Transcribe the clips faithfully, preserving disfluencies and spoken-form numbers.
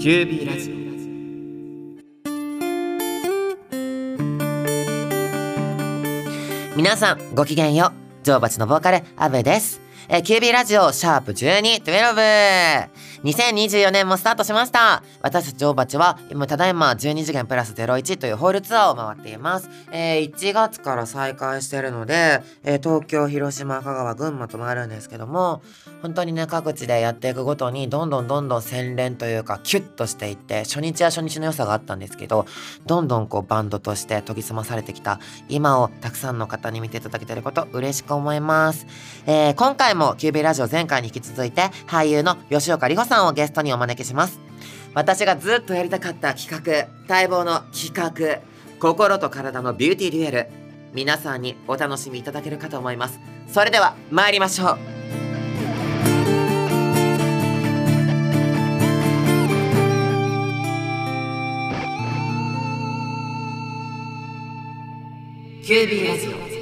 キュービー ラジオ。皆さんごきげんよう。ジョウバチのボーカルアブです。えー、キュービー ラジオシャープじゅうに、じゅうに。にせんにじゅうよねんもスタートしました。私たちジョウバチは今ただいまじゅうに次元プラスゼロいちというホールツアーを回っています。えー、いちがつから再開しているので、えー、東京、広島、香川、群馬と回るんですけども、本当にね各地でやっていくごとにどんどんどんどん洗練というかキュッとしていって、初日は初日の良さがあったんですけど、どんどんこうバンドとして研ぎ澄まされてきた今をたくさんの方に見ていただけていること嬉しく思います。えー、今回もキュービーラジオ前回に引き続いて俳優の吉岡里帆さんをゲストにお招きします。私がずっとやりたかった企画、待望の企画、心と体のビューティーデュエル、皆さんにお楽しみいただけるかと思います。それでは参りましょう。キュービーラジオ。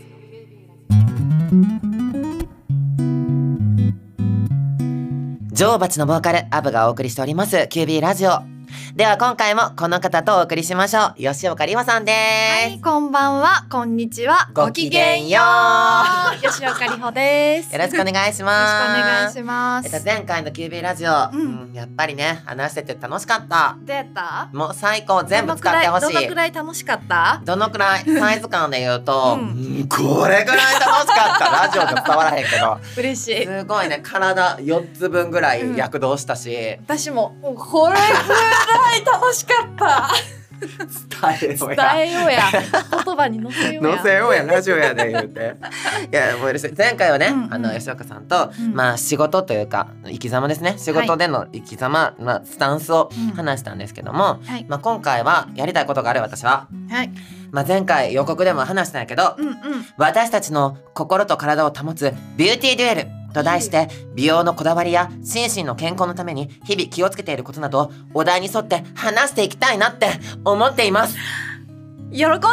ジョウバチのボーカルアブがお送りしておりますキュービーラジオでは、今回もこの方とお送りしましょう。吉岡里帆さんです。 はい、こんばんは、こんにちは、 ごきげんよう。吉岡里帆です。 よろしくお願いします。 よろしくお願いします。 えっと、前回のキュービーラジオ、うんうん、やっぱりね話してて楽しかった。 どうやった？ もう最高、全部使ってほしい。 どのくらい楽しかった？ どのくらいサイズ感で言うと、 うんうん、これぐらい楽しかったラジオで伝わらへんけど嬉しい。 すごいね、体よっつぶんぐらい躍動したし、うん、 私もこれぐらい楽しかった伝えようや伝えようや言葉に乗せようや乗せようやラジオやで言うていやもう嬉しい。前回はね、うんうん、あの吉岡さんと、うん、まあ仕事というか生き様ですね、仕事での生き様、まあ、スタンスを話したんですけども、うんはい、まあ、今回はやりたいことがある。私は、はい、まあ、前回予告でも話したんやけど、うんうん、私たちの心と体を保つビューティーデュエルと題して、美容のこだわりや心身の健康のために日々気をつけていることなどをお題に沿って話していきたいなって思っています。 喜んで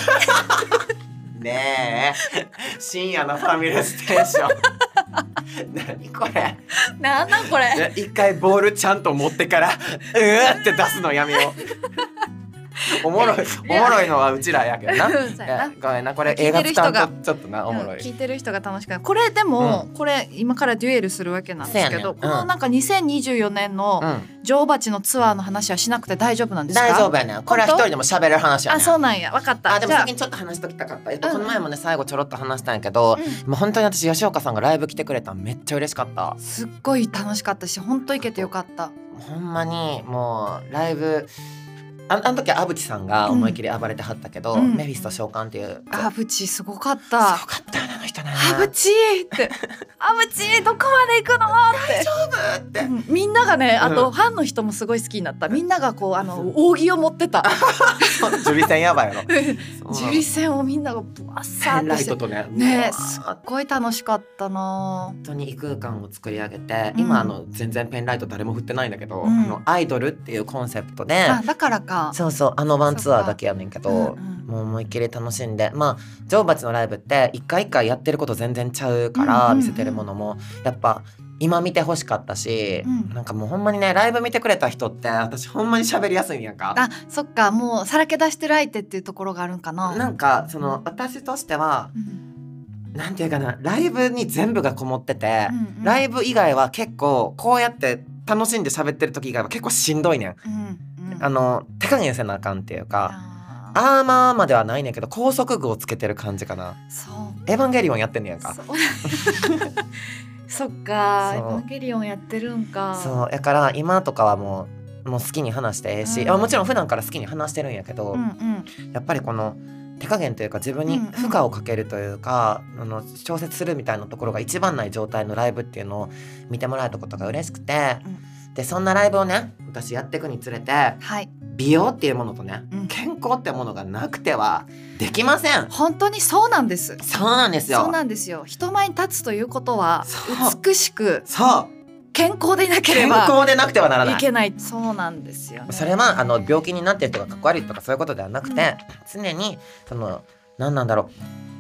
ねえ、深夜のファミレステーション何これ、 なんなんこれ、 一回ボールちゃんと持ってからうーって出すのやめようおもろい、おもろいのはうちらやけどな。ごめんな、これ映画使うとちょっとなおもろい。 聞いてる人が楽しくない。これでも、うん、これ今からデュエルするわけなんですけど、ね、うん、このなんかにせんにじゅうよねんのジョウバチのツアーの話はしなくて大丈夫なんですか？ 大丈夫やね。これは一人でも喋れる話やね。 あ、そうなんや、分かった。 あ、でも先にちょっと話しときたかった。えっと、この前もね最後ちょろっと話したんやけど、うん、もう本当に私吉岡さんがライブ来てくれたのめっちゃ嬉しかった。 すっごい楽しかったし、本当行けてよかった。 ほんまにもうライブ、あ, あの時はアブチさんが思いっきり暴れてはったけど、うん、メフィスト召喚っていうアブチすごかった。 すごかったよね、あの人ね。 アブチってアブチどこまで行くのって大丈夫って、 うん、みんながね、あと、うん、ファンの人もすごい好きになった。みんながこうあの扇を持ってたジュリセンやばいやろジュリセンをみんながブワッサーってペンライトとねね、すっごい楽しかったな。 本当に異空間を作り上げて、うん、今あの全然ペンライト誰も振ってないんだけど、 うん、 あのアイドルっていうコンセプトで、 あ、だからか。 そうそう、あのワンツアーだけやねんけど、うんうん、もう思いっきり楽しんで、まあジョウバチのライブって一回一回やってること全然ちゃうから、うんうんうん、見せてるものもやっぱ今見てほしかったし、うん、なんかもうほんまにねライブ見てくれた人って私ほんまに喋りやすいんやんか。 あ、そっか、もうさらけ出してる相手っていうところがあるんかな。 なんかその私としては、うん、なんていうかな、ライブに全部がこもってて、うんうん、ライブ以外は結構こうやって楽しんで喋ってる時以外は結構しんどいねん、うんうん、あの手加減せなあかんっていうか、アーマーまではないねんけど高速具をつけてる感じかな。 そう、 エヴァンゲリオンやってんねやんか。 そ, そっか、エヴァンゲリオンやってるんか。 そうやから今とかはもうもう好きに話してええし、うん、もちろん普段から好きに話してるんやけど、うんうん、やっぱりこの手加減というか自分に負荷をかけるというか、うんうん、あの調節するみたいなところが一番ない状態のライブっていうのを見てもらえたことが嬉しくて、うん、でそんなライブをね私やっていくにつれて、はい、美容っていうものとね、うん、健康ってものがなくてはできません。 本当にそうなんです。 そうなんですよ。 そうなんですよ。人前に立つということは美しく、 そう健康でなければ健康でなくてはならない。 いけない。そうなんですよね。 それはあの病気になってる人がかっこ悪いとかそういうことではなくて、うん、常にその何なんだろう、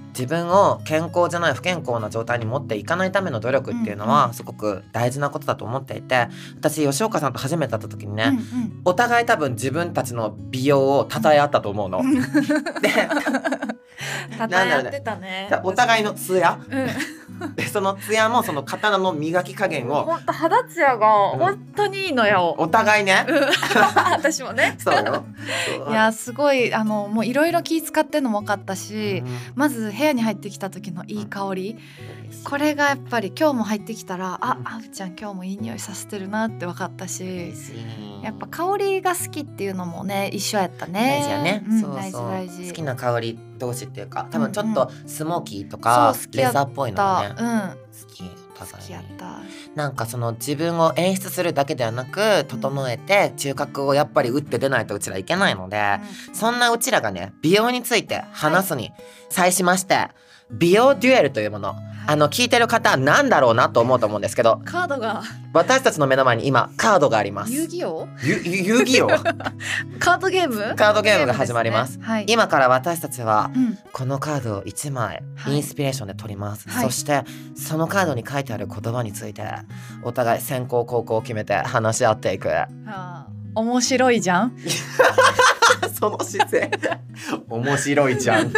自分を健康じゃない不健康な状態に持っていかないための努力っていうのはすごく大事なことだと思っていて、私吉岡さんと初めて会った時にね、うんうん、お互い多分自分たちの美容を称え合ったと思うの。で称え合ってたね。 お互いのツヤ、うん、でそのツヤもその刀の磨き加減を、 ほんと肌ツヤが本当にいいのよ、 うん、お互いね、 うん、私もねそうよいやすごいあのもういろいろ気使ってんのも分かったし、うん、まず部屋に入ってきた時のいい香り、うん、これがやっぱり今日も入ってきたら、あ、あうちゃん今日もいい匂いさせてるなって分かったし、やっぱ香りが好きっていうのもね一緒やったね。 大事やね、 うん、 そうそう大事大事。 好きな香り同士っていうか、多分ちょっとスモーキーとか、うんうん、レザーっぽいのがね、うん、好きお互いに。 好きやった。 なんかその自分を演出するだけではなく整えて中核をやっぱり打って出ないとうちらいけないので、うん、そんなうちらがね美容について話すに際しまして、はい、美容デュエルというもの、はい、あの聞いてる方は何だろうなと思うと思うんですけど、 カードが私たちの目の前に今カードがあります。 遊戯王ゆ遊戯王カードゲームカードゲームが始まります、 ね、はい、 今から私たちは、うん、このカードをいちまいインスピレーションで取ります、はい、そしてそのカードに書いてある言葉についてお互い先行後攻を決めて話し合っていく、はあ、面白いじゃんその姿勢面白いじゃん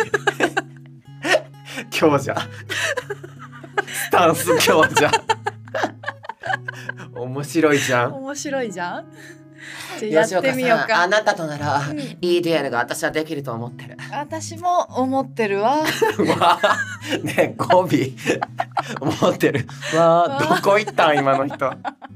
強者スタンス強者面白いじゃん面白いじゃんじゃやってみようか。 あなたとなら、うん、いいデュエルが私はできると思ってる。 私も思ってるわわね語尾思ってるわどこ行ったん今の人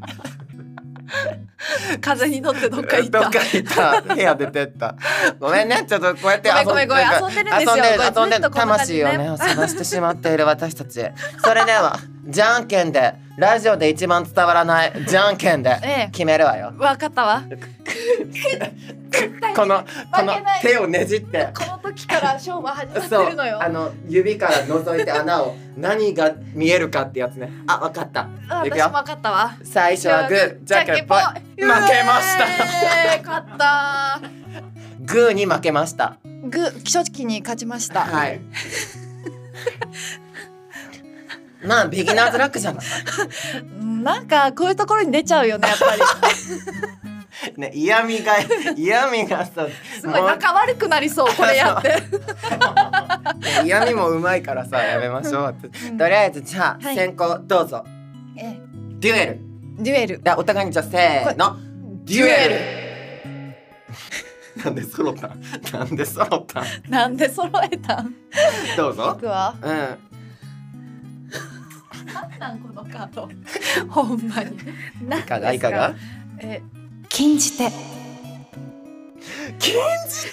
風に乗ってどっか行ったどっか行った部屋出てったごめんね、ちょっとこうやって遊んでごめんごめん遊んでるんですよ。 遊んでる遊んでる魂をね探してしまっている私たちそれではじゃんけんでラジオで一番伝わらないじゃんけんで決めるわよ。 分かったわこのこの手をねじってこの時から勝負始まってるのよ。 そうあの指から覗いて穴を何が見えるかってやつね。あ、分かった。 私も分かったわ。 最初はグーじゃんけんぽい負けました勝ったグーに負けました。 グー基礎期に勝ちました。 はいまあビギナーズラックじゃないなんかこういうところに出ちゃうよねやっぱりね、嫌味が嫌味がさすごい仲悪くなりそうこれやって嫌味もうまいからさやめましょうって、うん、とりあえずじゃあ、はい、先行どうぞ。えデュエルデュエルお互いにじゃあせーのデュエルなんで揃ったんなんで揃ったんなんで揃えたんどうぞ。 僕はうんなんなんこのカードほんまにいかがいかがえ禁じ手禁じ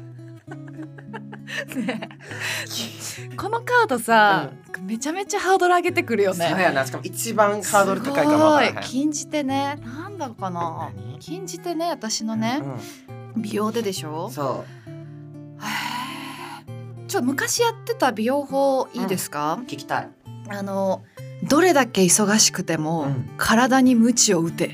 手ねこのカードさ、うん、めちゃめちゃハードル上げてくるよね。 そうやな、しかも一番ハードル高いかもわからへん。 禁じ手ね、なんだかな禁じ手ね、私のね、うん、美容ででしょ。 そうちょっと昔やってた美容法いいですか、 うん、聞きたい。 あのどれだけ忙しくても、うん、体に鞭を打て。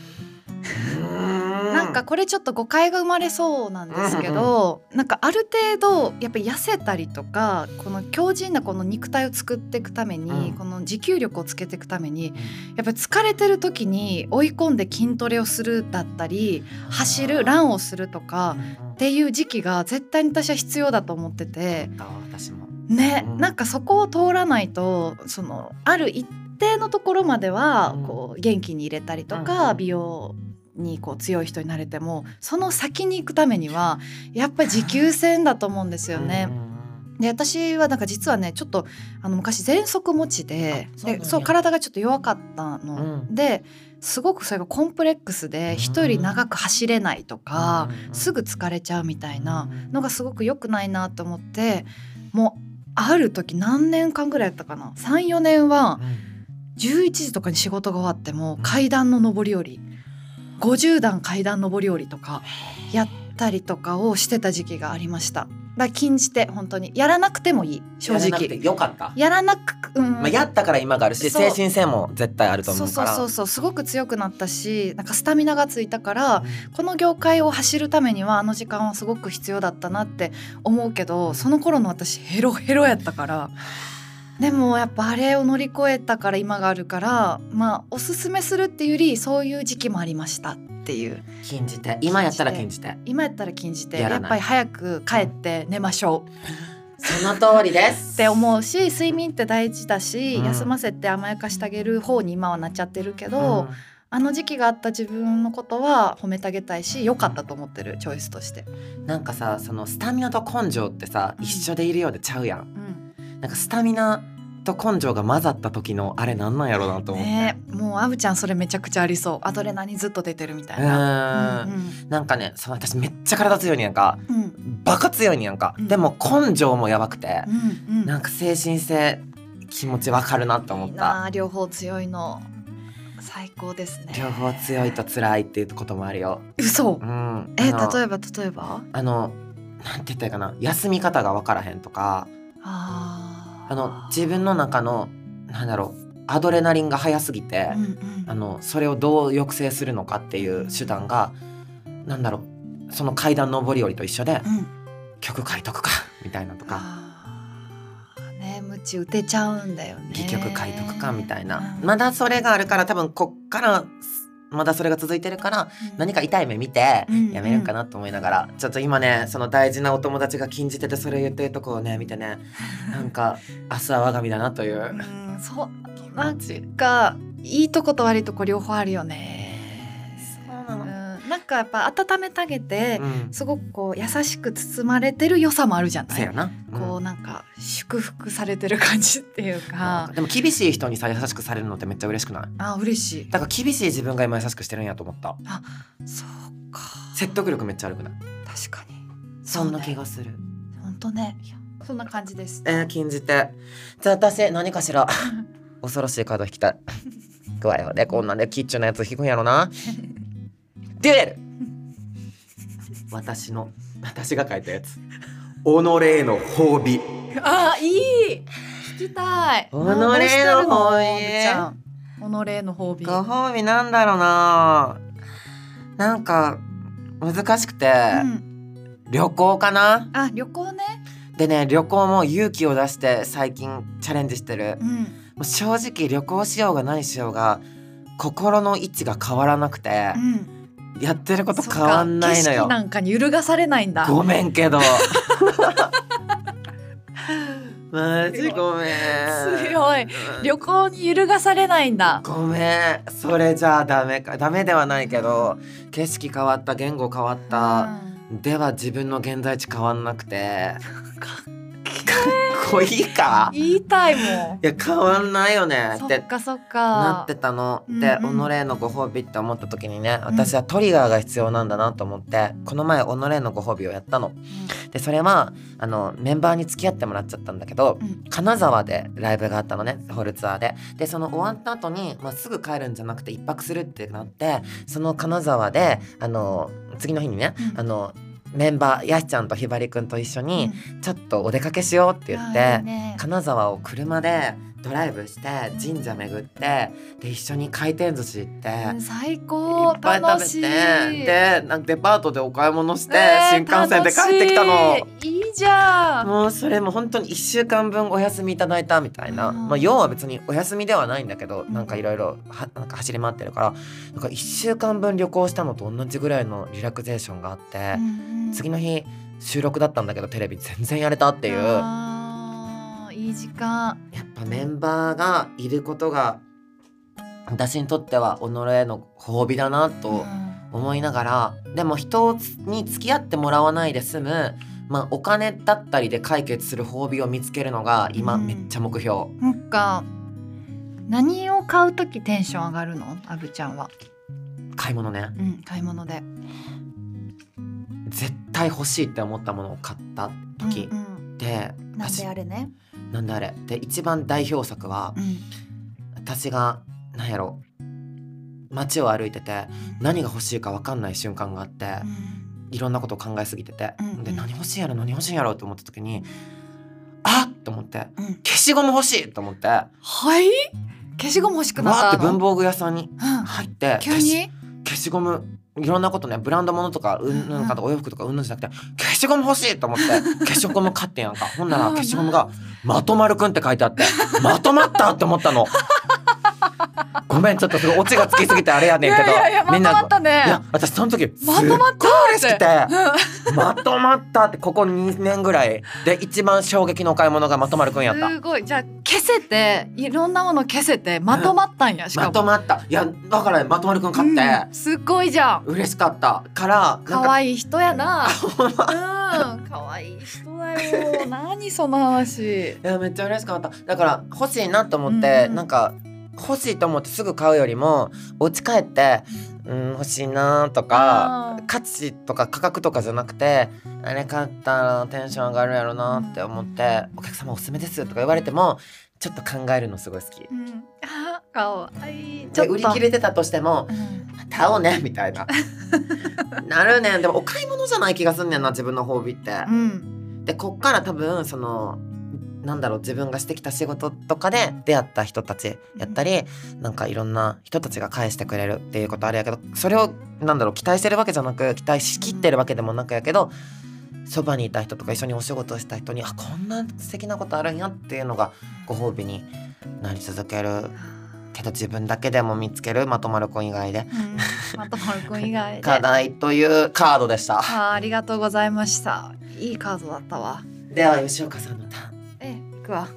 なんかこれちょっと誤解が生まれそうなんですけど、うんうん、なんかある程度やっぱり痩せたりとかこの強靭なこの肉体を作っていくために、うん、この持久力をつけていくために、うん、やっぱり疲れてる時に追い込んで筋トレをするだったり走るランをするとかっていう時期が絶対に私は必要だと思ってて、 私もね、うん、なんかそこを通らないとそのある一定のところまではこう元気に入れたりとか、うん、美容にこう強い人になれてもその先に行くためにはやっぱり持久戦だと思うんですよね。で私はなんか実はねちょっとあの昔喘息持ちで、そうでそう体がちょっと弱かったの、うん、ですごくそれがコンプレックスで人より長く走れないとか、うん、すぐ疲れちゃうみたいなのがすごく良くないなと思って、もうある時何年間ぐらいやったかな さん,よ 年はじゅういちじとかに仕事が終わっても階段の上り下りごじゅうだん階段上り下りとかやったりとかをしてた時期がありました。 だ禁じて本当にやらなくてもいい正直やらなくてよかった。 やらなく、うんまあ、やったから今があるし精神性も絶対あると思うから。 そうそうそうそうすごく強くなったしなんかスタミナがついたから、 うん、 この業界を走るためにはあの時間はすごく必要だったなって思うけど、その頃の私ヘロヘロやったから。でもやっぱあれを乗り越えたから今があるから、まあおすすめするっていうよりそういう時期もありましたっていう。 禁じて今やったら禁じて今やったら禁じてややっぱり早く帰って寝ましょうその通りですって思うし、睡眠って大事だし、 うん、 休ませて甘やかしてあげる方に今はなっちゃってるけど、 うん、 あの時期があった自分のことは褒めてあげたいし良かったと思ってるチョイスとして。 なんかさそのスタミナと根性ってさ、うん、一緒でいるようでちゃうやん、 うん、 なんかスタミナと根性が混ざった時のあれなんなんやろうなと思って、 ね、もうアブちゃんそれめちゃくちゃありそう。アドレナリンずっと出てるみたいな。 うん、うん、なんかねその私めっちゃ体強いねやんか、うん、バカ強いねやんか、うん、でも根性もやばくて、うんうん、なんか精神性気持ちわかるなと思った。いいな両方強いの最高ですね。 両方強いと辛いっていうこともあるよ。 嘘、 うん、 え例えば例えばあのなんて言ったらいいかな、休み方がわからへんとか、 ああの自分の中のなんだろうアドレナリンが速すぎて、うんうん、あのそれをどう抑制するのかっていう手段がなんだろうその階段上り下りと一緒で、うん、曲書いとくかみたいなとか、 ね、ムチ打てちゃうんだよね。 戯曲書いとくかみたいな、うん、まだそれがあるから多分こっからまだそれが続いてるから、うん、何か痛い目見てやめるんかなと思いながら、うんうん、ちょっと今ねその大事なお友達が禁じててそれ言ってるとこをね見てねなんか明日は我が身だなという、うん、 そうなんかいいとこと悪いとこ両方あるよね。 そうなの、 うん、なんかやっぱ温めてあげて、うん、すごくこう優しく包まれてる良さもあるじゃない。 そうやな、 うん、こうなんか祝福されてる感じっていうか。 でも厳しい人にさ優しくされるのってめっちゃ嬉しくない？ あ嬉しい。 だから厳しい自分が今優しくしてるんやと思った。 あそうか説得力めっちゃ悪くない？ 確かにそんな気がする。 本当ねそんな感じです。 えー、禁じてじゃあ私何かしら恐ろしいカード引きたい具合はねこんなんでキッチンのやつ引くんやろなデュエル私の私が書いたやつ己への褒美。 あいい聞きたい。己の褒美。己の褒美。 ご褒美なんだろうな。なんか難しくて、うん、旅行かな。 あ旅行ね。 でね旅行も勇気を出して最近チャレンジしてる、うん、もう正直旅行しようが何しようが心の位置が変わらなくて、うん、やってること変わんないのよ。 景色なんかに揺るがされないんだ。 ごめんけどマジごめん強い。旅行に揺るがされないんだ。 ごめんそれじゃあダメか。ダメではないけど景色変わった言語変わった、うん、では自分の現在地変わんなくてかっこいいか言いたいもん。 いや変わんないよねってそっかそっかなってたの、うんうん、で己へのご褒美って思った時にね私はトリガーが必要なんだなと思って、うん、この前己へのご褒美をやったの、うん、でそれはあのメンバーに付き合ってもらっちゃったんだけど、うん、金沢でライブがあったのねホールツアーで。でその終わった後に、まあ、すぐ帰るんじゃなくて一泊するってなってその金沢であの次の日にね、うん、あのメンバーやしちゃんとひばりくんと一緒にちょっとお出かけしようって言って、うんね、金沢を車でドライブして神社巡ってで一緒に回転寿司行って、 うん、最高いっぱい食べてでなんかデパートでお買い物して、えー、新幹線で帰ってきたの。 いいじゃん。 もうそれも本当にいっしゅうかんぶんお休みいただいたみたいな、うんまあ、要は別にお休みではないんだけど、うん、なんかいろいろ走り回ってるからなんかいっしゅうかんぶん旅行したのと同じぐらいのリラクゼーションがあって、うん、次の日収録だったんだけどテレビ全然やれたっていう。 いい時間。 やっぱメンバーがいることが私にとっては己への褒美だなと思いながら、うん、でも人に付き合ってもらわないで済む、まあ、お金だったりで解決する褒美を見つけるのが今めっちゃ目標、 うん、なんか何を買うときテンション上がるのアブちゃんは？ 買い物ね、 うん、買い物で絶対欲しいって思ったものを買った時、うんうん、でなんであれねなんであれで一番代表作は、うん、私がなんやろ街を歩いてて何が欲しいか分かんない瞬間があって、 いろんなことを考えすぎてて、 うんうん、 で何欲しいんやろ何欲しいんやろって思った時にあっと思って、 うん、 消しゴム欲しいと思って、 はい消しゴム欲しくなったの。 わーって文房具屋さんに入って、 うん、急に消しゴムいろんなことねブランド物とかうんなんかお洋服とかうんぬんじゃなくて消しゴム欲しいと思って消しゴム買ってんやんか。ほんなら消しゴムがまとまるくんって書いてあってまとまったって思ったの。ごめんちょっとすごいオチがつきすぎてあれやねんけど、いやいやいやみんなまとまったね。いや私その時すっごい嬉しくてまとまったってここにねんぐらいで一番衝撃のお買い物がまとまるくんやった。 すごい。じゃあ消せていろんなもの消せてまとまったんや、うん、しかもまとまった。いやだからまとまるくん買って、うん、 すごいじゃん。 嬉しかったから可愛い人やな。うん可愛い人だよ。何その話。いやめっちゃ嬉しかった。だから欲しいなと思って、うん、なんか欲しいと思ってすぐ買うよりもお家帰ってうん欲しいなとか価値とか価格とかじゃなくてあれ買ったらテンション上がるやろなって思って、うん、お客様おすすめですとか言われてもちょっと考えるのすごい好き、うん、 あかわいい。 で売り切れてたとしても、うん、買おうねみたいななるねん。でもお買い物じゃない気がすんねんな自分の褒美って、うん、でこっから多分そのなんだろう自分がしてきた仕事とかで出会った人たちやったり、うん、なんかいろんな人たちが返してくれるっていうことあるやけど、それをなんだろう期待してるわけじゃなく期待しきってるわけでもなくやけど、そばにいた人とか一緒にお仕事をした人にあこんな素敵なことあるんやっていうのがご褒美になり続けるけど、自分だけでも見つけるまとまる子以外で、 うん、まとまる子以外で課題というカードでした。 あ, ありがとうございました。いいカードだったわ。 では吉岡さんのターン。 ええ行くわ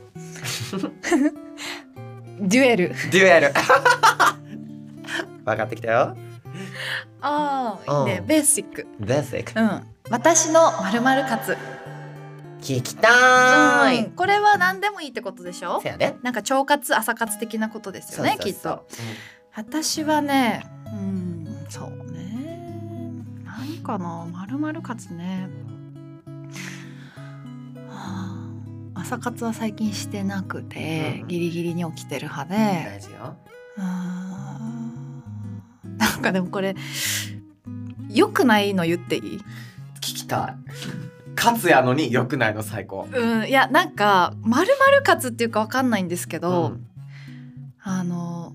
デュエルデュエル分かってきたよ。 ああいいね。ベーシックベーシック、 うん、私の〇〇活聞きたい、 うん、これは何でもいいってことでしょ。 せやで。 なんか腸活朝活的なことですよね。きっと、うん、私はねうんそうね何かな〇〇活ね、はあ、朝活は最近してなくて、うん、ギリギリに起きてる派で、 大事よ。 あなんかでもこれ良くないの言っていい？ 聞きたい。カツやのに良くないの最高。 うん、いやなんか丸々カツっていうか分かんないんですけど、うん、あの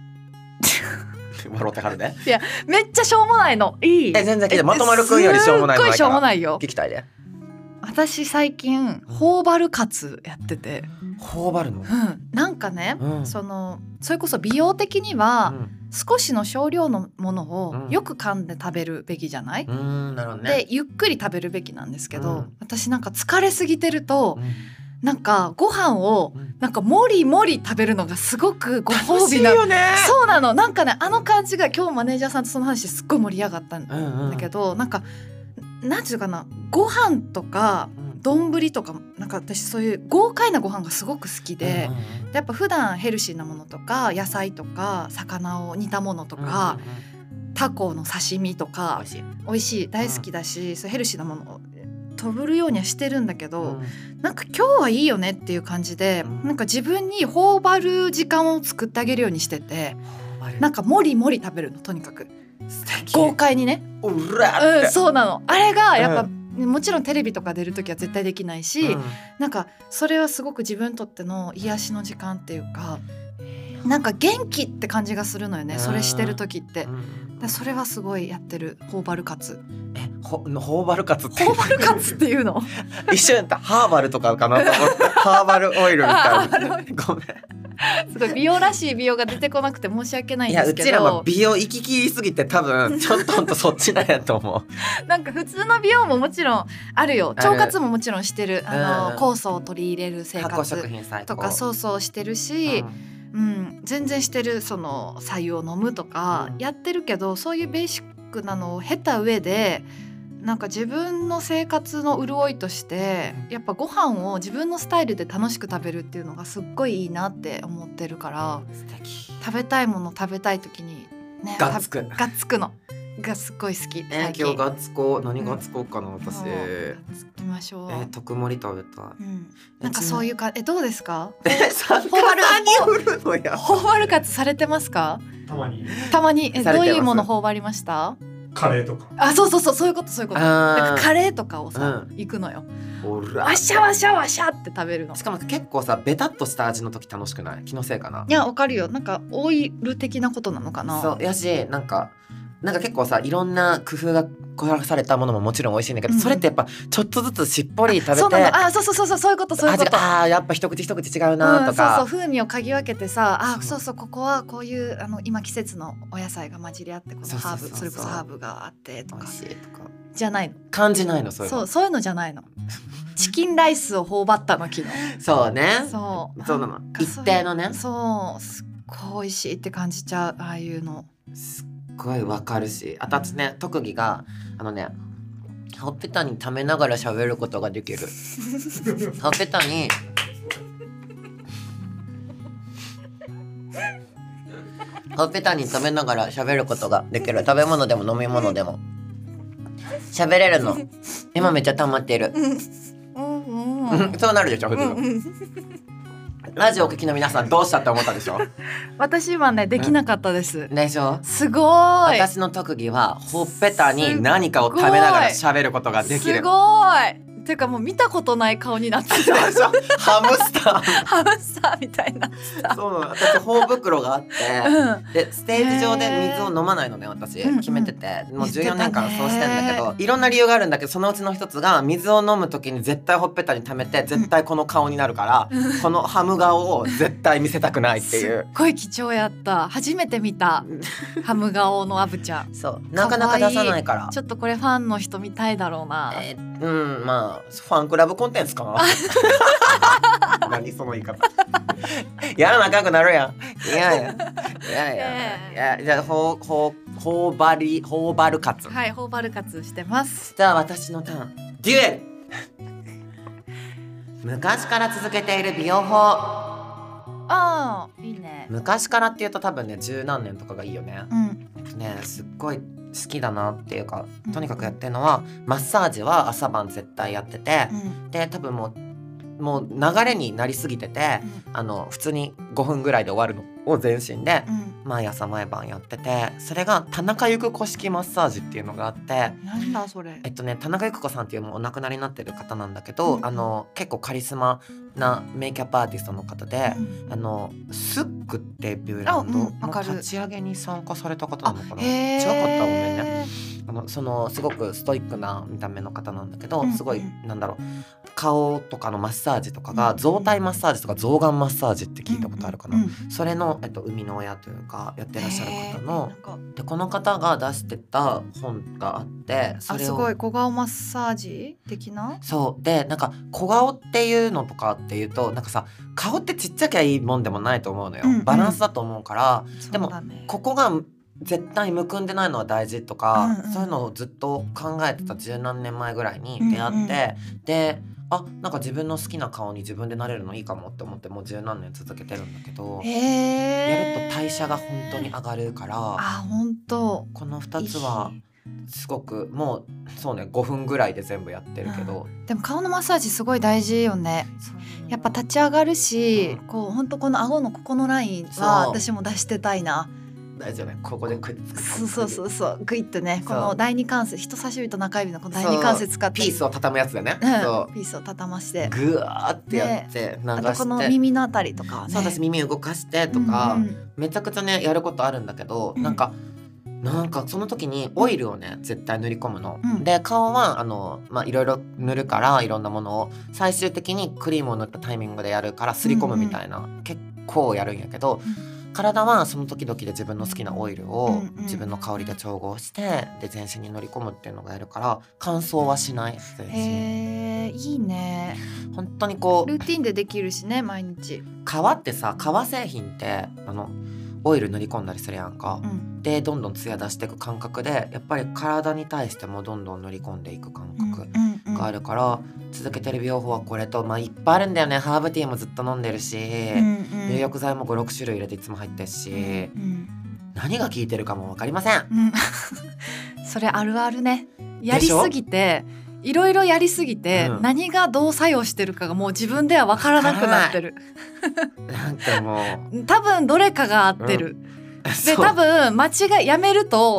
笑ってはるね。 いやめっちゃしょうもないの。いい？え全然聞いて。まとまるくんよりしょうもないのないから。 すっごいしょうもないよ。 聞きたいで。 私最近頬張るカツやってて。 頬張るの？ うん。なんかね、うん、そのそれこそ美容的には、うん、少しの少量のものをよく噛んで食べるべきじゃない？うん、なるほどね。でゆっくり食べるべきなんですけど、うん、私なんか疲れすぎてると、うん、なんかご飯をなんかもりもり食べるのがすごくご褒美な。 楽しいよね。 そうなの。なんかねあの感じが今日マネージャーさんとその話すっごい盛り上がったんだけど、うんうん、なんかなんていうかなご飯とか丼とかなんか私そういう豪快なご飯がすごく好きで、うんうん、でやっぱ普段ヘルシーなものとか野菜とか魚を煮たものとか、うんうん、タコの刺身とか美味しい、美味しい大好きだし、うん、そうヘルシーなものを飛ぶるようにはしてるんだけど、うん、なんか今日はいいよねっていう感じで、うん、なんか自分に頬張る時間を作ってあげるようにしてて、なんかもりもり食べるのとにかく豪快にね。 うらって、 うん、そうなの。あれがやっぱ、うん、もちろんテレビとか出るときは絶対できないし、うん、なんかそれはすごく自分にとっての癒しの時間っていうか、なんか元気って感じがするのよね、うん、それしてるときって、うん、だそれはすごいやってる。頬張る活。 えほ頬張る活って頬張る活っていうの一緒やったハーバルとかかなと思ってハーバルオイルみたいなごめんすごい美容らしい美容が出てこなくて申し訳ないんですけど、 いやうちらも美容行ききりすぎて多分ちょっとほんとそっちなんやと思うなんか普通の美容ももちろんあるよ。腸活ももちろんしてる。あの、うん、酵素を取り入れる生活とかそうそうしてるし、うんうん、全然してる。その白湯を飲むとかやってるけど、うん、そういうベーシックなのを経た上でなんか自分の生活の潤いとしてやっぱご飯を自分のスタイルで楽しく食べるっていうのがすっごいいいなって思ってるから、素敵。食べたいもの食べたい時にねガッツくガッツくのがすっごい好き。 えー、今日ガッツこう何ガッツこうかな、うん、私ガッツきましょう。 えー、特盛り食べたい、 うん、なんかそういうかえどうですか？ え参加さんに振るのや頬張る活されてますか？ たまにたまにえどういうもの頬張りました？ カレーとか。 あ、そうそうそう、そういうことそういうこと。 あーだからカレーとかをさ、 うん行くのよ。 ほらわしゃわしゃわしゃって食べるの。 しかも結構さベタっとした味の時楽しくない？気のせいかな。 いや、わかるよ。なんかオイル的なことなのかな。 そうやし、なんかなんか結構さいろんな工夫が凝らされたものももちろん美味しいんだけど、 うんそれってやっぱちょっとずつしっぽり食べて、 そうなの。あ、そうそうそうそう、そういうことそういうこと。 味あーやっぱ一口一口違うなとうん、 か、 そうそう、風味を嗅ぎ分けてさ、あ、 そうそうそう、ここはこういうあの今季節のお野菜が混じり合ってこのハーブ、 そうそうそうそうそれこそハーブがあってと美か味しいとかじゃないの。 感じないの？そういうの。 そう、そういうのじゃないの。チキンライスを頬張ったの昨日。 そうね。 そう。 そうなの。 なんかそう一定のね。 そう、すっごい美味しいって感じちゃう、ああいうの。 すっごいわかるし、あと私ね特技があのねほっぺたに溜めながら喋ることができる。ほっぺたにほっぺたに溜めながら喋ることができる。食べ物でも飲み物でも喋れるの。今めっちゃ溜まってる。 うんうんうんそうなるでしょ普通。ラジオを聞きの皆さんどうしたって思ったでしょ？ 私今ねできなかったです。 でしょ？ すごい。 私の特技はほっぺたに何かを食べながら喋ることができる。 すごい。てかもう見たことない顔になってる。 そうそうハムスター。 ハムスターみたいなさ。 そうなの。私頬袋があって、 うん。 でステージ上で水を飲まないのね私、 うんうん決めててもうじゅうよねんかん言ってたねそうしてんだけど、いろんな理由があるんだけどそのうちの一つが水を飲む時に絶対ほっぺたに溜めて絶対この顔になるから、このハム顔を絶対見せたくないっていすう。 っごい貴重やった。初めて見たハム顔のアブちゃん。 そうなかなか出さないから。 ちょっとこれファンの人見たいだろうな。 えーうんまあファンクラブコンテンツかな。何その言い方。やらなあかんくなるやん。いやいやいやいやいやじゃあほうほうほうばりほうばるカツ。 はい、ホーバル活してます。 じゃあ私のターンデュエル。昔から続けている美容法。 ああ、いいね。 昔からっていうと多分ね十何年とかがいいよね。 うん。 ねすっごい好きだなっていうかとにかくやってるのはマッサージは朝晩絶対やってて、 うん。 で多分もうもう流れになりすぎてて、あの普通にごふんぐらいで終わるのを全身でうん。 毎朝毎晩やってて、それが田中由久子式マッサージっていうのがあって、 なんだそれ。 えっとね田中由久子さんっていうもうお亡くなりになってる方なんだけど、 うんあの結構カリスマなメイキャップアーティストの方で、 うんあのスックっていうブランあうんドのわかる立ち上げに参加された方なのかな。 へー違かったらごめんね。あのそのすごくストイックな見た目の方なんだけど、 うんすごいうんなんだろう顔とかのマッサージとかうんが増体マッサージとか象眼マッサージって聞いたことあるかな、 うんうんそれの、えっと、生みの親というかやってらっしゃる方のへーなんかでこの方が出してた本があってそれをあすごい小顔マッサージ的な。 そうでなんか小顔っていうのとかっていうとなんかさ顔ってちっちゃきゃいいもんでもないと思うのよ、 うんうんバランスだと思うからでもそうだねここが絶対むくんでないのは大事とか、 うんうんそういうのをずっと考えてた十何年前ぐらいに出会って、 うんうんであなんか自分の好きな顔に自分でなれるのいいかもって思ってもう十何年続けてるんだけど、 へえ。 やると代謝が本当に上がるからあ本当。 このふたつはすごくもうそうねごふんぐらいで全部やってるけど、 でも顔のマッサージすごい大事よね。やっぱ立ち上がるし、 うんこう本当この顎のここのラインそうは私も出してたいな。 大丈夫ねここでクイッとそうそうそうそうグイッとねそうこの第二関節人差し指と中指のこの第二関節使ってピースを畳むやつだよね、 うんそピースを畳ましてうグワーってやって流あとこのして、 耳のあたりとかはねそう私耳動かしてとか、 うんうんめちゃくちゃねやることあるんだけど、 うんなんかなんかその時にオイルをね絶対塗り込むの、 うんで顔はあのまあいろいろ塗るからいろんなものを最終的にクリームを塗ったタイミングでやるからすり込むみたいな、結構やるんやけど、体はその時々で自分の好きなオイルうんをうん自分の香りで調合してで全身に塗り込むっていうのがやるから乾燥はしない全身へえいいね。 本当にこうルーティンでできるしね毎日。 革ってさ革製品ってあのオイル塗り込んだりするやんか、 うんでどんどんツヤ出していく感覚でやっぱり体に対してもどんどん塗り込んでいく感覚うんがあるから、続けてる美容法はこれと、まあ、いっぱいあるんだよね。ハーブティーもずっと飲んでるし、 うんうん入浴剤もごろく種類入れていつも入ってるし、 うん何が効いてるかも分かりません。 うんそれあるあるね。やりすぎていろいろやりすぎて、 うん何がどう作用してるかがもう自分では分からなくなってる。 なんかも多分どれかが合ってる。 うでそう多分間違いやめると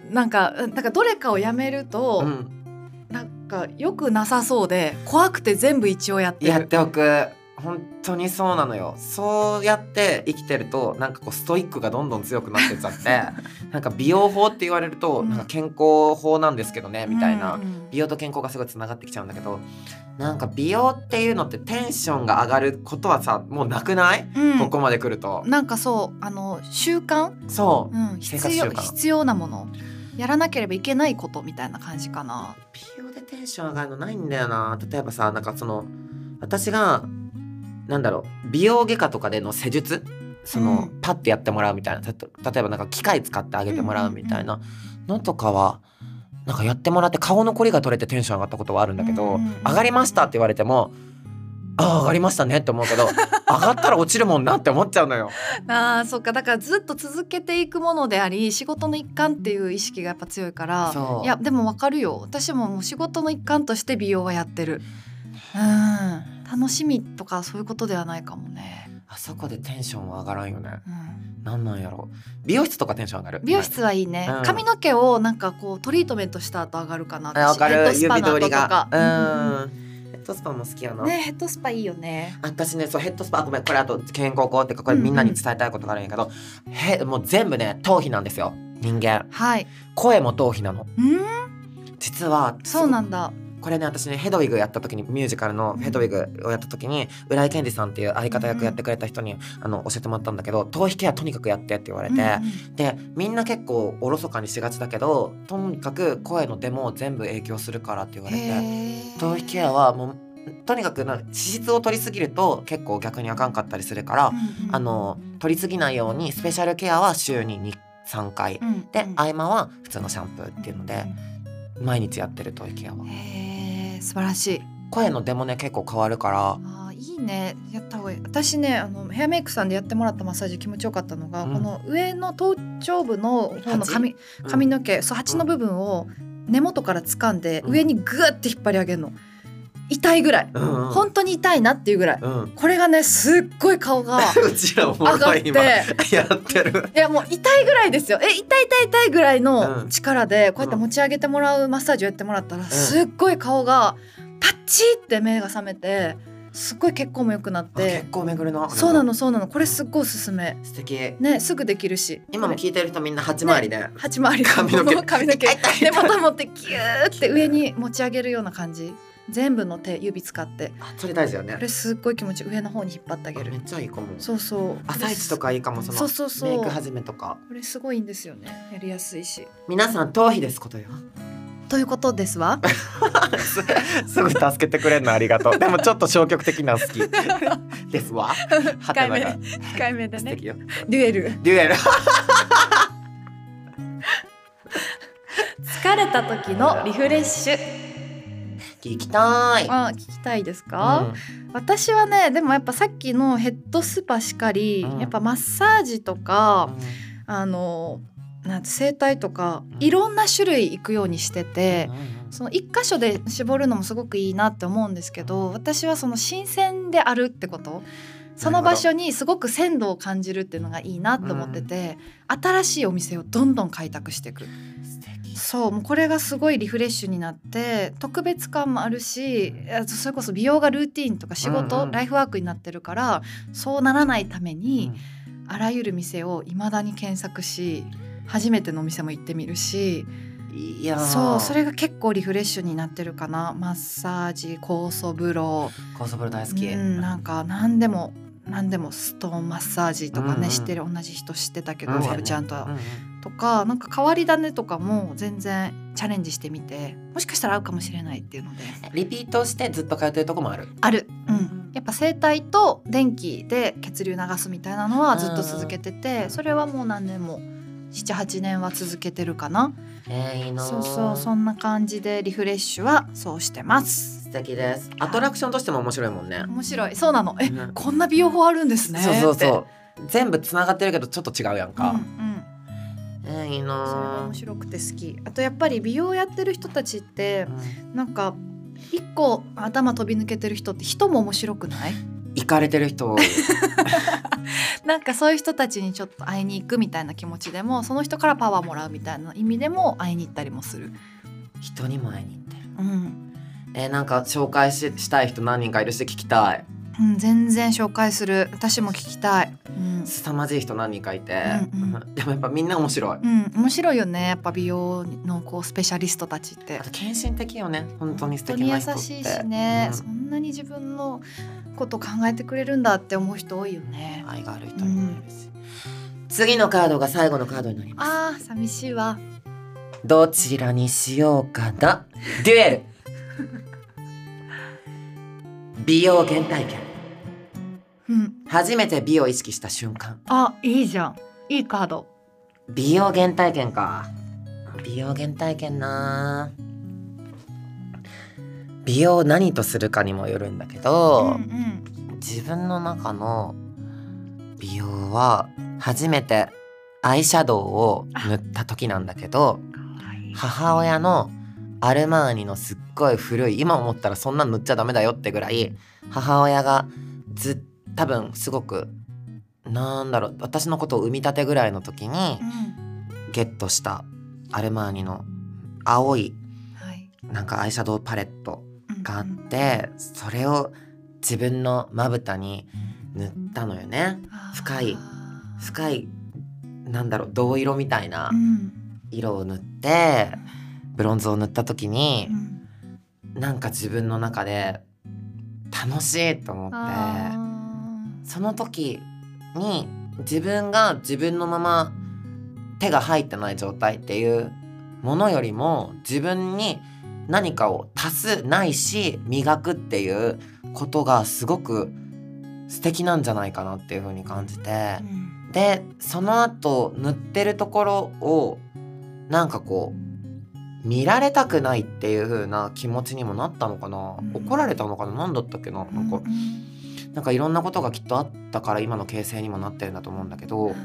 なんかなんかどれかをやめると、 うん、 なんかよくなさそうで怖くて全部一応やってる。 やっておく。本当にそうなのよ。そうやって生きてるとなんかこうストイックがどんどん強くなってっちゃってなんか美容法って言われると、 うん、 なんか健康法なんですけどねみたいな、 うんうん、 美容と健康がすごいつながってきちゃうんだけど、なんか美容っていうのってテンションが上がることはさもうなくない、 うん、 ここまで来ると。 なんかそうあの習慣、 そう、 うん、 生活必要習慣、 必要なものやらなければいけないことみたいな感じかな。 美容でテンション上がるのないんだよな。例えばさ、なんかその私がなんだろう、美容外科とかでの施術、その、うん、パッてやってもらうみたいな、た例えばなんか機械使ってあげてもらうみたいなのとかはなんかやってもらって顔のコリが取れてテンション上がったことはあるんだけど、うんうんうん、上がりましたって言われてもああ上がりましたねって思うけど上がったら落ちるもんなって思っちゃうのよ。 あーそっか、だからずっと続けていくものであり仕事の一環っていう意識がやっぱ強いから、いやでも分かるよ。私ももう仕事の一環として美容はやってる。うん楽しみとかそういうことではないかもね。 あそこでテンションは上がらんよね、 うん、 なんなんやろ。美容室とかテンション上がる。 美容室はいいね、うん、髪の毛をなんかこうトリートメントした後上がるかな。 わかる、 ヘッドスパの後とか。 うん、うん、ヘッドスパも好きやな。 ね、ヘッドスパいいよね。 私ね、そうヘッドスパ、ごめんこれあと健康法ってかこれみんなに伝えたいことがあるんやけど、うんうん、へもう全部ね頭皮なんですよ人間。 はい。 声も頭皮なの。 うん。 実はそうなんだ。 これね私ねヘドウィグやった時にミュージカルのヘドウィグをやった時に、うん、浦井健二さんっていう相方役やってくれた人に、うん、あの教えてもらったんだけど、頭皮ケアとにかくやってって言われて、うんうん、でみんな結構おろそかにしがちだけどとにかく声の出も全部影響するからって言われて、頭皮ケアはもうとにかくな脂質を取りすぎると結構逆にあかんかったりするから、うんうん、あの取りすぎないようにスペシャルケアは週に にさんかい、うんうん、で合間は普通のシャンプーっていうので、うんうん、毎日やってる頭皮ケアは。 へー素晴らしい。 声の出もね結構変わるから。 あいいね、やった方がいい。私ねあのヘアメイクさんでやってもらったマッサージ気持ちよかったのが、うん、この上の頭頂部の方の 髪, 髪の毛、うん、そう鉢の部分を根元から掴んで、うん、上にグーって引っ張り上げるの。痛いぐらい、うんうん、本当に痛いなっていうぐらい、うん、これがねすっごい顔がうちらも今やってる。 いやもう痛いぐらいですよ。え痛い痛い痛いぐらいの力でこうやって持ち上げてもらうマッサージをやってもらったら、うん、すっごい顔がパッチって目が覚めてすっごい血行も良くなって。 血行巡るの。 そうなのそうなの、これすっごいおすすめ。 素敵ね、すぐできるし。 今も聞いてる人みんな八回りね、 八回り髪の毛髪の毛根元持ってキューって上に持ち上げるような感じ。全部の手指使って。 あそれ大事よね。 これすっごい気持ちいい。上の方に引っ張ってあげる。 めっちゃいいかも。 そうそう朝一とかいいかも。そのそうそうそうメイク始めとかこれすごいいいんですよね。やりやすいし。 皆さん頭皮ですことよということですわす, すぐ助けてくれるのありがとう。でもちょっと消極的なの好きですわ。 控えめ控えめでね。 素敵よ。 デュエルデュエル疲れた時のリフレッシュ聞きたい。 あ聞きたいですか、うん、私はねでもやっぱさっきのヘッドスパしかり、うん、やっぱマッサージとか、うん、あのなんて整体とか、うん、いろんな種類行くようにしてて、うん、その一箇所で絞るのもすごくいいなって思うんですけど、私はその新鮮であるってこと、その場所にすごく鮮度を感じるっていうのがいいなと思ってて、うん、新しいお店をどんどん開拓していく。そうもうこれがすごいリフレッシュになって特別感もあるし、それこそ美容がルーティーンとか仕事、うんうん、ライフワークになってるから、そうならないために、うん、あらゆる店を未だに検索し初めてのお店も行ってみるし、 いやそうそれが結構リフレッシュになってるかな。マッサージ、酵素風呂。 酵素風呂大好き、 うん、なんか何でも何でもストーンマッサージとかね、うんうん、知ってる同じ人知ってたけど、うん、アブちゃんとは、うんうん、とかなんか変わり種とかも全然チャレンジしてみて、もしかしたら合うかもしれないっていうのでリピートしてずっと通ってるとこもあるある、うん、やっぱ整体と電気で血流流すみたいなのはずっと続けてて、それはもう何年も ななはちねんは続けてるかな。 えー、いいな。 そうそうそんな感じでリフレッシュはそうしてます。 素敵です。アトラクションとしても面白いもんね。 面白い。そうなの。え、うん、こんな美容法あるんですね。 そうそうそう全部つながってるけどちょっと違うやんか、 うんうん、 えー、いいな。 それが面白くて好き。あとやっぱり美容やってる人たちって、うん、なんか一個頭飛び抜けてる人って人も面白くない？ イカれてる人多いなんかそういう人たちにちょっと会いに行くみたいな気持ちでも、その人からパワーもらうみたいな意味でも会いに行ったりもする。 人にも会いに行ってる、 うんえー、なんか紹介 し, したい人何人かいるし聞きたい。 うん、全然紹介する。私も聞きたい。うん、 凄まじい人何人かいて、 うんうん、 でもやっぱみんな面白い、 うん、面白いよね。やっぱ美容のこうスペシャリストたちってあと献身的よね。本当に素敵な人って本当に優しいしね、 うん、 そんなに自分のこと考えてくれるんだって思う人多いよね。 愛がある人にもいるし、うん、次のカードが最後のカードになります。 あー寂しいわ。 どちらにしようかな。デュエル美容原体験、 うん、 初めて美を意識した瞬間。 あ、いいじゃん、いいカード。 美容原体験か。美容原体験な。美容を何とするかにもよるんだけど、 うんうん、 自分の中の美容は初めてアイシャドウを塗った時なんだけど、母親のアルマーニのすっごい古い、今思ったらそんな塗っちゃダメだよってぐらい母親がずっ多分すごくなんだろう、私のことを産みたてぐらいの時にゲットしたアルマーニの青いなんかアイシャドウパレットがあって、それを自分のまぶたに塗ったのよね。深い深いなんだろう銅色みたいな色を塗ってブロンズを塗った時に、なんか自分の中で楽しいと思って、その時に自分が自分のまま手が入ってない状態っていうものよりも自分に何かを足すないし磨くっていうことがすごく素敵なんじゃないかなっていう風に感じて、うん、でその後塗ってるところをなんかこう見られたくないっていう風な気持ちにもなったのかな、うん、怒られたのかな、何だったっけな、なんか、うん、なんかいろんなことがきっとあったから今の形成にもなってるんだと思うんだけど、うん、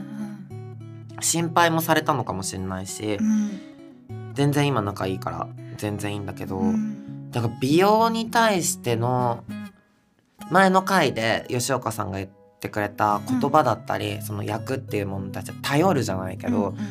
心配もされたのかもしれないし、うん、全然今仲いいから全然いいんだけど、うん、だから美容に対しての前の回で吉岡さんが言ってくれた言葉だったり、うん、その役っていうものたちは頼るじゃないけど、うんうん、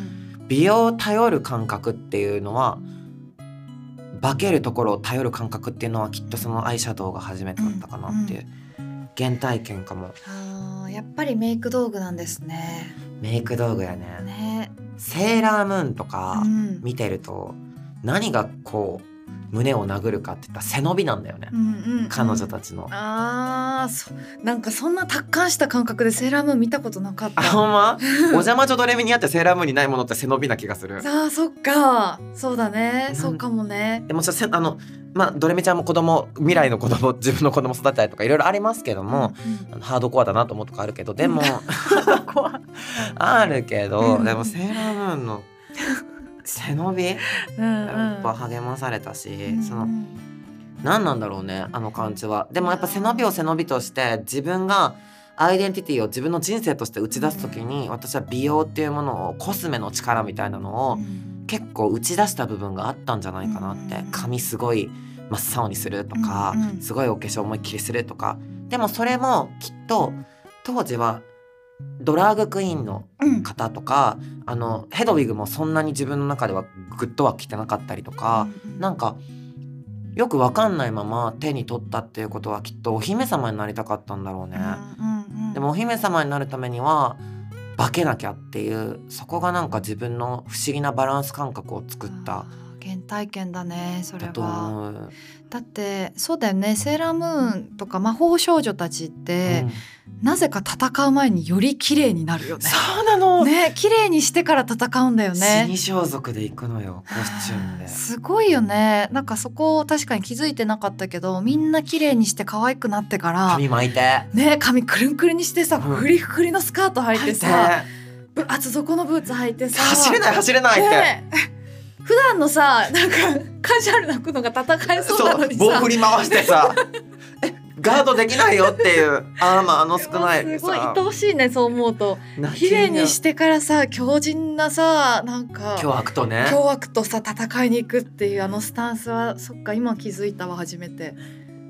美容を頼る感覚っていうのは化けるところを頼る感覚っていうのはきっとそのアイシャドウが初めてだったかなっていう、うんうん、原体験かも。 あ、やっぱりメイク道具なんですね。 メイク道具やね。 ね、 セーラームーンとか見てると、うん、何がこう胸を殴るかって言ったら背伸びなんだよね、うんうんうん、彼女たちの。 あー、そなんかそんな達観した感覚でセーラームーン見たことなかった。 あ、ほんまお邪魔女ドレミにあってセーラームーンにないものって背伸びな気がする。 あ、そっか、そうだね、そうかもね。 でもあの、まあ、ドレミちゃんも子供、未来の子供、自分の子供育てたりとかいろいろありますけども、うんうん、あのハードコアだなと思うとこあるけど、でもあるけど、でもセーラームーンの背伸び、うんうん、やっぱ励まされたし、うんうん、その何なんだろうね、あの感じは。でもやっぱ背伸びを背伸びとして自分がアイデンティティを自分の人生として打ち出すときに、私は美容っていうものをコスメの力みたいなのを結構打ち出した部分があったんじゃないかなって。髪すごい真っ青にするとか、すごいお化粧思いっきりするとか。でもそれもきっと当時はドラァグクイーンの方とか、うん、あのヘドウィグもそんなに自分の中ではグッとはきてなかったりとか、うん、なんかよく分かんないまま手に取ったっていうことはきっとお姫様になりたかったんだろうね、うんうんうん、でもお姫様になるためには化けなきゃっていう、そこがなんか自分の不思議なバランス感覚を作った原体験だね、それは。だと思う。だってそうだよね、セーラームーンとか魔法少女たちって、うん、なぜか戦う前により綺麗になるよね。 そうなのね、綺麗にしてから戦うんだよね。 死に装束で行くのよ、コスチュームで。 すごいよね。なんかそこ確かに気づいてなかったけど、みんな綺麗にして可愛くなってから髪巻いてね、髪くるんくるんにしてさ、うん、フリフリのスカート履いてさ、ぶ厚底のブーツ履いてさ、 走れない走れないって、ね、 普段のさ、なんかカジュアルなのが戦えそうなのにさ、 棒振り回してさえガードできないよっていうアーマーの少ないさ、 すごい愛おしいね、そう思うと。綺麗にしてからさ、強靭なさ、なんか凶悪とね、 凶悪とさ戦いに行くっていうあのスタンスは、そっか、今気づいたわ、初めて。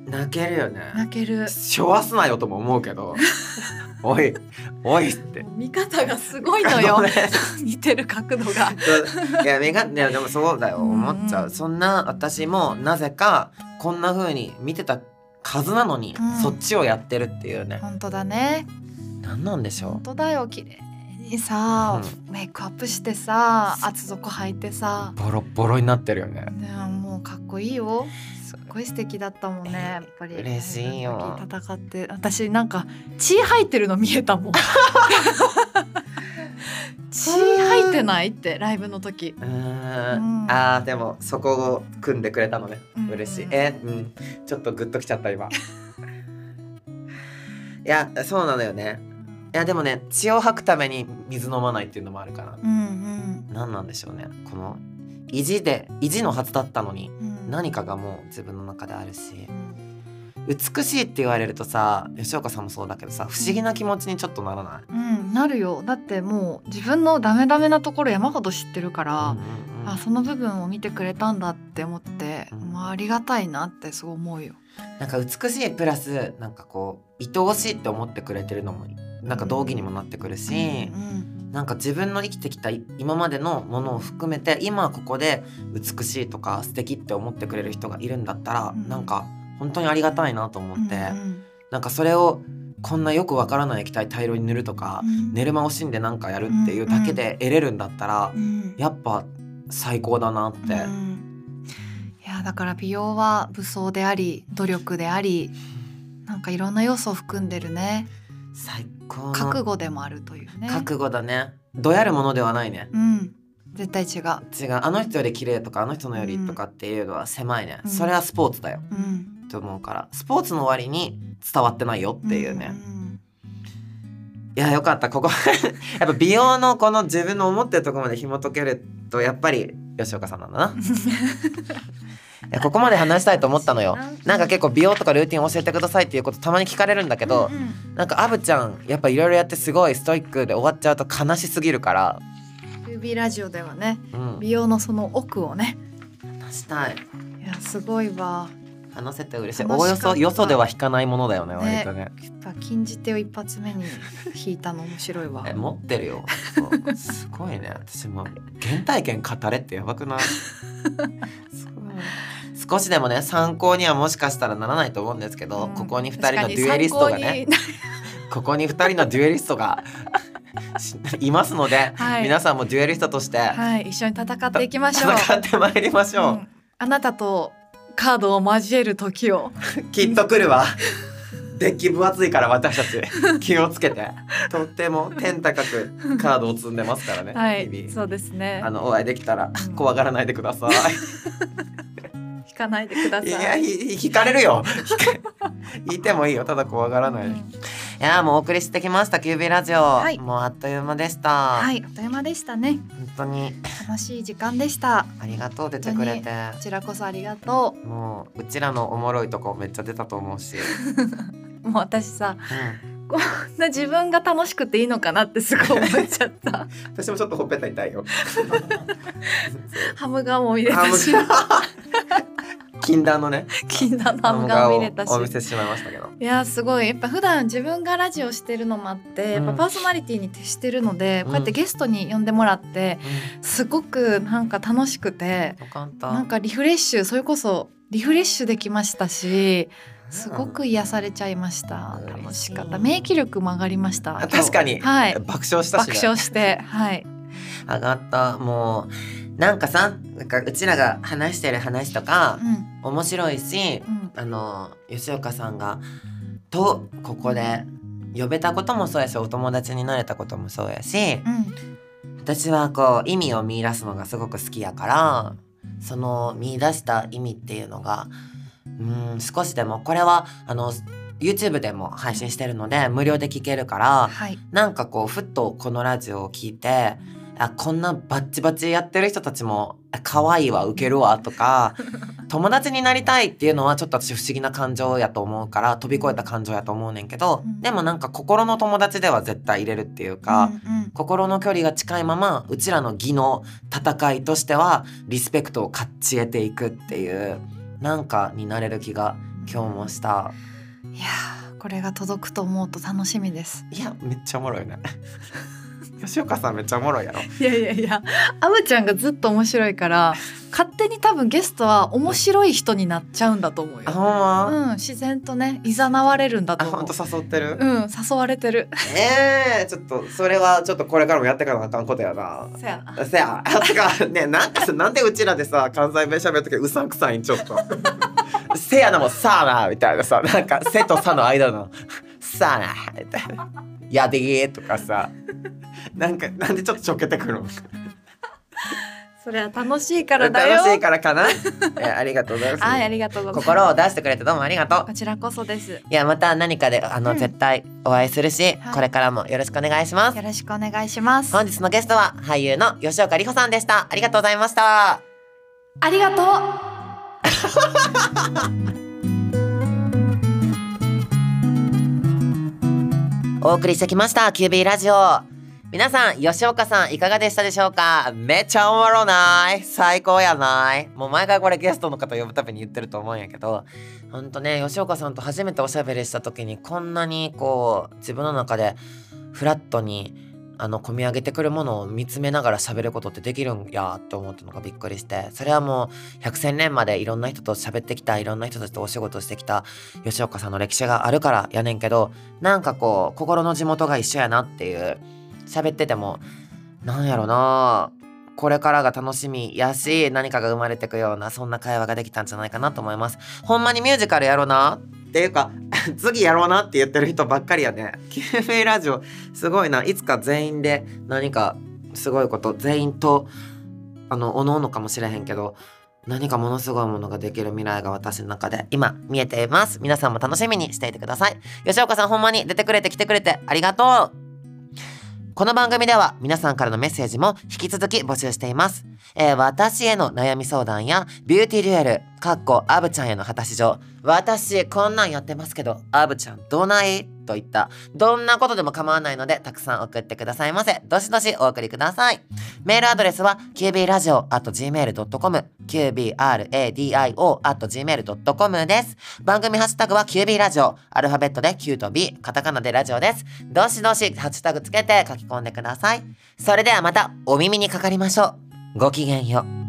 泣けるよね。 泣ける。 しょわすなよとも思うけどおいおいって見方がすごいのよ似てる角度がいや見がいやでもそうだよ、 うんうん思っちゃう。そんな私もなぜかこんな風に見てたはずなのに、 うん、 そっちをやってるっていうね。 本当だね。 なんなんでしょう。 本当だよ、綺麗にさ、 うメイクアップしてさ、厚底履いてさ、 ボロボロになってるよね。 ね、もうかっこいいよ。すっごい素敵だったもんね、やっぱり。 嬉しいよ。 戦って私なんか血吐いてるの見えたもん血吐いてないってライブの時。 うーん、 うん、 あーでもそこを組んでくれたのね、 うん、 嬉しい。え、うん、ちょっとグッときちゃった今いやそうなのよね。いやでもね、血を吐くために水飲まないっていうのもあるから、 うんうん、 何なんでしょうね。この意地で意地のはずだったのに、 うん、 何かがもう自分の中であるし、 うん、 美しいって言われるとさ、吉岡さんもそうだけどさ、不思議な気持ちにちょっとならない？ うん、なるよ。だってもう自分のダメダメなところ山ほど知ってるから、 うんうんうん、 あ、その部分を見てくれたんだって思って、うん、まあ、ありがたいなってそう思うよ。 なんか美しいプラスなんかこう愛おしいって思ってくれてるのもなんか道義にもなってくるし、うんうん、なんか自分の生きてきた今までのものを含めて今ここで美しいとか素敵って思ってくれる人がいるんだったら、うん、なんか本当にありがたいなと思って、うんうん、なんかそれをこんなよくわからない液体大量に塗るとか、うん、寝る間を惜しんでなんかやるっていうだけで得れるんだったら、うん、やっぱ最高だなって、うん、 いやだから美容は武装であり努力であり、なんかいろんな要素を含んでるね。 最高の覚悟でもあるというね。 覚悟だね。どやるものではないね。 うん、絶対違う違う。あの人より綺麗とかあの人のよりとかっていうのは狭いね、うん、それはスポーツだよ、うん、って思うから、スポーツの割に伝わってないよっていうね、うん、いやよかった。ここやっぱ美容のこの自分の思ってるところまで紐解けるとやっぱり吉岡さんなんだないやここまで話したいと思ったのよ。なんか結構美容とかルーティン教えてくださいっていうことたまに聞かれるんだけど、うんうん、なんかアブちゃんやっぱいろいろやってすごいストイックで終わっちゃうと悲しすぎるから、 キュービーラジオではね、うん、美容のその奥をね話したい。 いやすごいわ、 話せて嬉しい。おおよそよそでは引かないものだよね、割とね。 やっぱ禁じ手を一発目に引いたの面白いわえ持ってるよ。そうすごいね。私も原体験語れってやばくない？すごい。少しでもね参考にはもしかしたらならないと思うんですけど、うん、ここにふたりのデュエリストがねここにふたりのデュエリストがいますので、はい、皆さんもデュエリストとして、はい、 一緒に戦っていきましょう。 戦ってまいりましょう、うん、 あなたとカードを交える時をきっと来るわ。デッキ分厚いから私たち気をつけて、とっても天高くカードを積んでますからね。 はい、そうですね。 あのお会いできたら、うん、怖がらないでください。 引かないでください。いや引かれるよ。いてもいいよ、ただ怖がらない。うん、いやもうお送りしてきましたキュービーラジオ、はい、もうあっという間でした。 はい、あっという間でしたね。 本当に楽しい時間でした。 ありがとう出てくれて。 こちらこそありがとう。もううちらのおもろいとこめっちゃ出たと思うしもう私さ、うん、こんな自分が楽しくていいのかなってすごい思っちゃった私もちょっとほっぺた痛いよハムガムを入れたし禁断のね禁断のハムガムを入れたしお見せしてしまいましたけど、 いやすごいやっぱ普段自分がラジオしてるのもあって、やっぱパーソナリティに徹してるので、うん、こうやってゲストに呼んでもらって、うん、すごくなんか楽しくて、なんかリフレッシュ、それこそリフレッシュできましたし、すごく癒されちゃいました。楽しかった。免疫力も上がりました。 確かに、はい、爆笑したし、ね、 爆笑してはい上がった。もうなんかさ、なんかうちらが話してる話とか、うん、面白いし、うん、あの吉岡さんがとここで呼べたこともそうやし、お友達になれたこともそうやし、うん、私はこう意味を見出すのがすごく好きやから、その見出した意味っていうのがうん少しでも、これはあの YouTube でも配信してるので無料で聞けるから、はい、なんかこうふっとこのラジオを聞いて、あこんなバッチバチやってる人たちも可愛いわウケるわとか友達になりたいっていうのはちょっと私不思議な感情やと思うから、飛び越えた感情やと思うねんけど、うん、でもなんか心の友達では絶対入れるっていうか、うんうん、心の距離が近いままうちらの義の戦いとしてはリスペクトを勝ち得ていくっていうなんかになれる気が今日もした。 いやーこれが届くと思うと楽しみです。 いやめっちゃおもろいね吉岡さんめっちゃおもろいやろ。 いやいやいやアブちゃんがずっと面白いから勝手に多分ゲストは面白い人になっちゃうんだと思うよ。 あほんま、 うん、自然とね誘われるんだと思う。 あほんと誘ってる。 うん誘われてる。 えー、ちょっとそれはちょっとこれからもやっていかなあかんことやな。 そやな。 せやてかねなんかさなんでうちらでさ関西弁喋るときうさんくさいんちょっとせやなもさあなみたいなさなんかせとさの間のさあなみたいなやでーとかさなんかなんでちょっとちょけてくるのそれは楽しいからだよ。 楽しいからかなえありがとうございます。 はいありがとうございます。 心を出してくれてどうもありがとう。 こちらこそです。 いやまた何かであの、 うん、 絶対お会いするし、はい、これからもよろしくお願いします。 よろしくお願いします。 本日のゲストは俳優の吉岡里帆さんでした。ありがとうございました。 ありがとうお送りしてきました キュービー ラジオ。皆さん吉岡さんいかがでしたでしょうか。めっちゃおもろない最高やない。もう毎回これゲストの方呼ぶたびに言ってると思うんやけど、ほんとね吉岡さんと初めておしゃべりした時にこんなにこう自分の中でフラットにあの込み上げてくるものを見つめながら喋ることってできるんやって思ったのがびっくりして、それはもう百戦錬磨でいろんな人と喋ってきたいろんな人たちとお仕事してきた吉岡さんの歴史があるからやねんけど、なんかこう心の地元が一緒やなっていう、喋っててもなんやろなこれからが楽しみやし何かが生まれてくようなそんな会話ができたんじゃないかなと思います。ほんまにミュージカルやろうなっていうか次やろうなって言ってる人ばっかりやね。キュービー ラジオすごいな。いつか全員で何かすごいこと全員とあのおのおのかもしれへんけど何かものすごいものができる未来が私の中で今見えています。皆さんも楽しみにしていてください。吉岡さんほんまに出てくれて来てくれてありがとう。この番組では皆さんからのメッセージも引き続き募集しています。えー、私への悩み相談やビューティーデュエルかっこアブちゃんへの果たし状、私こんなんやってますけどアブちゃんどないといったどんなことでも構わないのでたくさん送ってくださいませ。どしどしお送りください。メールアドレスは キュービーラジオ アット ジーメール ドット コム キュービーアールエーディーアイオー アット ジーメール ドット コム です。番組ハッシュタグは キュービー ラジオ、アルファベットで Q と B、 カタカナでラジオです。どしどしハッシュタグつけて書き込んでください。それではまたお耳にかかりましょう。ごきげんよう。